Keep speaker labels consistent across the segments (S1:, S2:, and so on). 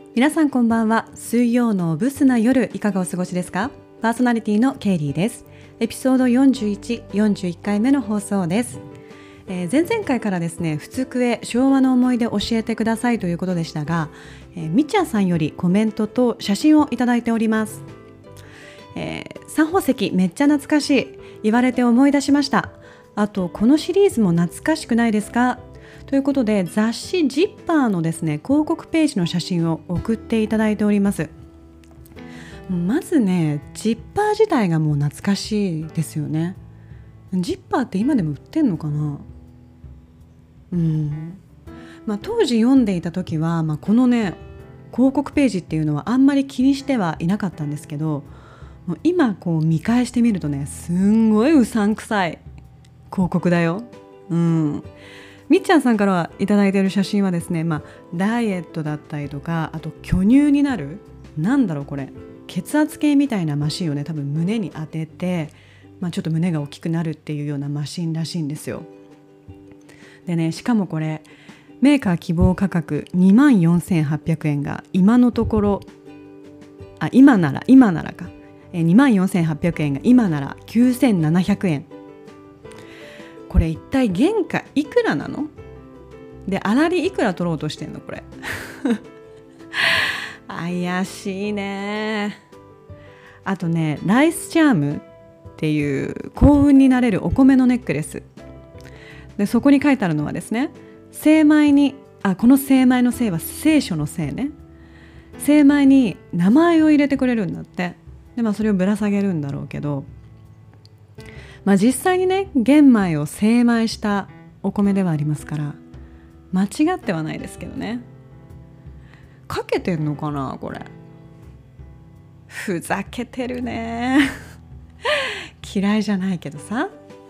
S1: 皆さんこんばんは。水曜のブスな夜いかがお過ごしですか？パーソナリティのケイリーです。エピソード41、41回目の放送です。前々回からですね、ふつくえ昭和の思い出教えてくださいということでしたが、みちゃさんよりコメントと写真をいただいております。三宝石めっちゃ懐かしい、言われて思い出しました。あとこのシリーズも懐かしくないですかということで、雑誌ジッパーのですね広告ページの写真を送っていただいております。まずね、ジッパー自体がもう懐かしいですよね。ジッパーって今でも売ってんのかな。当時読んでいた時は、このね広告ページっていうのはあんまり気にしてはいなかったんですけど、もう今こう見返してみるとね、すんごいうさんくさい広告だよ。みっちゃんさんからいただいている写真はですね、ダイエットだったりとか、あと巨乳になる、これ血圧計みたいなマシンをね多分胸に当てて、ちょっと胸が大きくなるっていうようなマシンらしいんですよ。でね、しかもこれメーカー希望価格24,800円が今のところ今ならか24,800円が今なら9,700円。これ一体原価いくらなので、粗利いくら取ろうとしてんのこれ怪しいね。あとね、ライスチャームっていう幸運になれるお米のネックレスで、そこに書いてあるのはですね、精米にこの精米の精は聖書の聖ね。精米に名前を入れてくれるんだって。で、それをぶら下げるんだろうけど、実際にね玄米を精米したお米ではありますから、間違ってはないですけどね。かけてんのかなこれ。ふざけてるね嫌いじゃないけどさ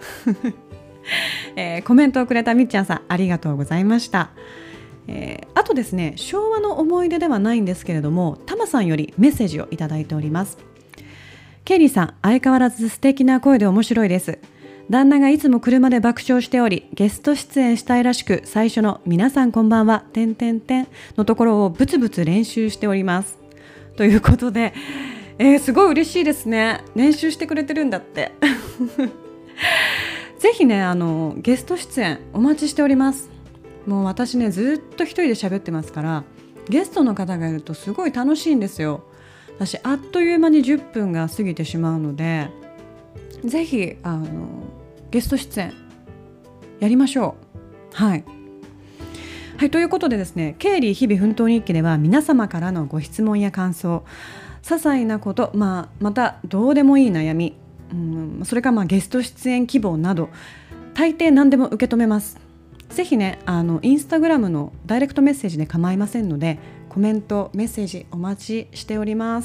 S1: コメントをくれたみっちゃんさん、ありがとうございました。あとですね、昭和の思い出ではないんですけれども、たまさんよりメッセージをいただいております。ケリーさん、相変わらず素敵な声で面白いです。旦那がいつも車で爆笑しており、ゲスト出演したいらしく、最初の皆さんこんばんはのところをブツブツ練習しておりますということで、すごい嬉しいですね。練習してくれてるんだってぜひね、ゲスト出演お待ちしております。もう私ね、ずっと一人で喋ってますから、ゲストの方がいるとすごい楽しいんですよ。私あっという間に10分が過ぎてしまうので、ぜひゲスト出演やりましょう。はい、ということでですね、ケイリー日々奮闘日記では皆様からのご質問や感想、些細なこと、またどうでもいい悩み、それからゲスト出演希望など、大抵何でも受け止めます。ぜひね、インスタグラムのダイレクトメッセージで構いませんので、コメントメッセージお待ちしております。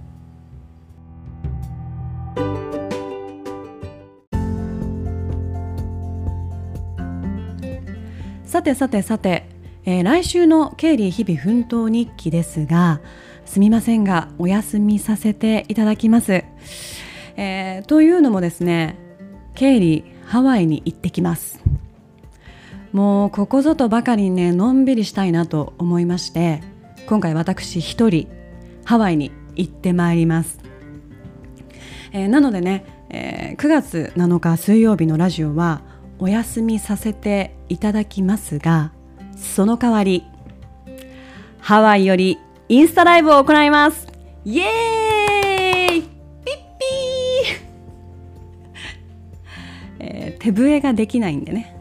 S1: さて、来週のケイリー日々奮闘日記ですが、すみませんがお休みさせていただきます。というのもですね、ケイリーハワイに行ってきます。もうここぞとばかりにね、のんびりしたいなと思いまして、今回私一人ハワイに行ってまいります。なのでね、9月7日水曜日のラジオはお休みさせていただきますが、その代わりハワイよりインスタライブを行います。イエーイピッピー、手笛ができないんでね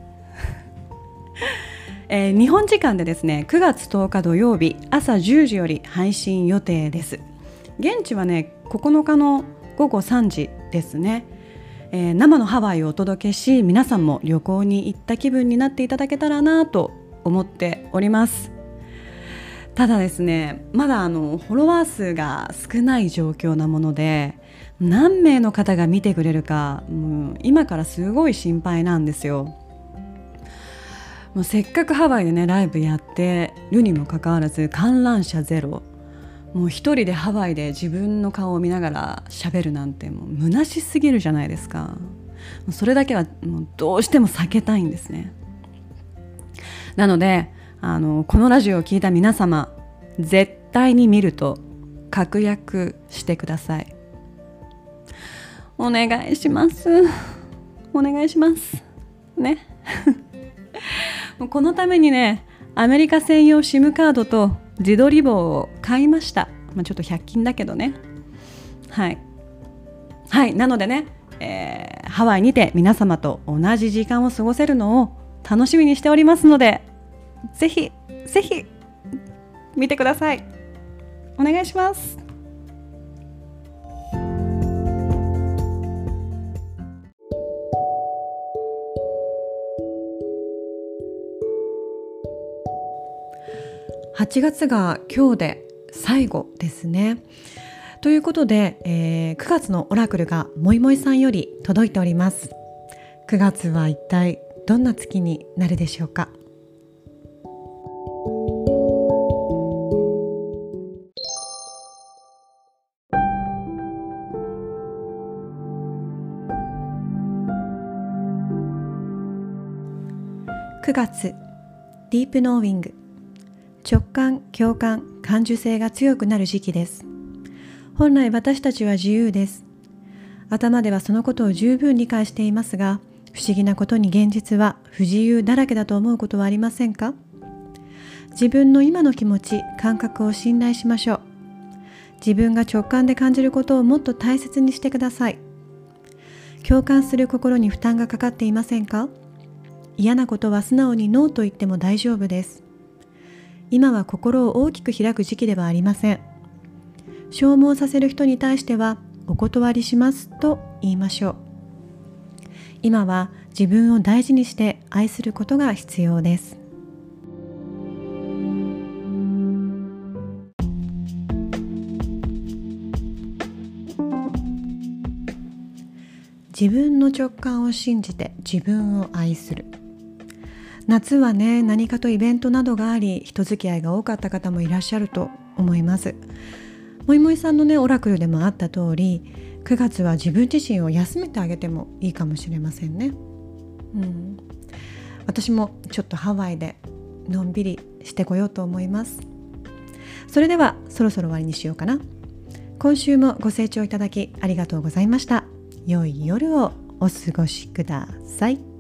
S1: 日本時間でですね、9月10日土曜日朝10時より配信予定です。現地はね、9日の午後3時ですね。生のハワイをお届けし、皆さんも旅行に行った気分になっていただけたらなと思っております。ただですね、まだフォロワー数が少ない状況なもので、何名の方が見てくれるか、今からすごい心配なんですよ。もうせっかくハワイでねライブやってるにもかかわらず観覧車ゼロ。もう一人でハワイで自分の顔を見ながら喋るなんてもう虚しすぎるじゃないですか。それだけはもうどうしても避けたいんですね。なのでこのラジオを聞いた皆様、絶対に見ると確約してください。お願いします。お願いしますね。このためにね、アメリカ専用 SIM カードと自撮り棒を買いました。ちょっと100均だけどね。はい、なのでね、ハワイにて皆様と同じ時間を過ごせるのを楽しみにしておりますので、ぜひぜひ見てください。お願いします。8月が今日で最後ですね。ということで、9月のオラクルがもいもいさんより届いております。9月は一体どんな月になるでしょうか。9月、ディープノーウィング、直感、共感、感受性が強くなる時期です。本来私たちは自由です。頭ではそのことを十分理解していますが、不思議なことに現実は不自由だらけだと思うことはありませんか？自分の今の気持ち、感覚を信頼しましょう。自分が直感で感じることをもっと大切にしてください。共感する心に負担がかかっていませんか？嫌なことは素直にノーと言っても大丈夫です。今は心を大きく開く時期ではありません。消耗させる人に対してはお断りしますと言いましょう。今は自分を大事にして愛することが必要です。自分の直感を信じて自分を愛する。夏はね、何かとイベントなどがあり、人付き合いが多かった方もいらっしゃると思います。もいもいさんのね、オラクルでもあった通り、9月は自分自身を休めてあげてもいいかもしれませんね。私もちょっとハワイでのんびりしてこようと思います。それではそろそろ終わりにしようかな。今週もご清聴いただきありがとうございました。良い夜をお過ごしください。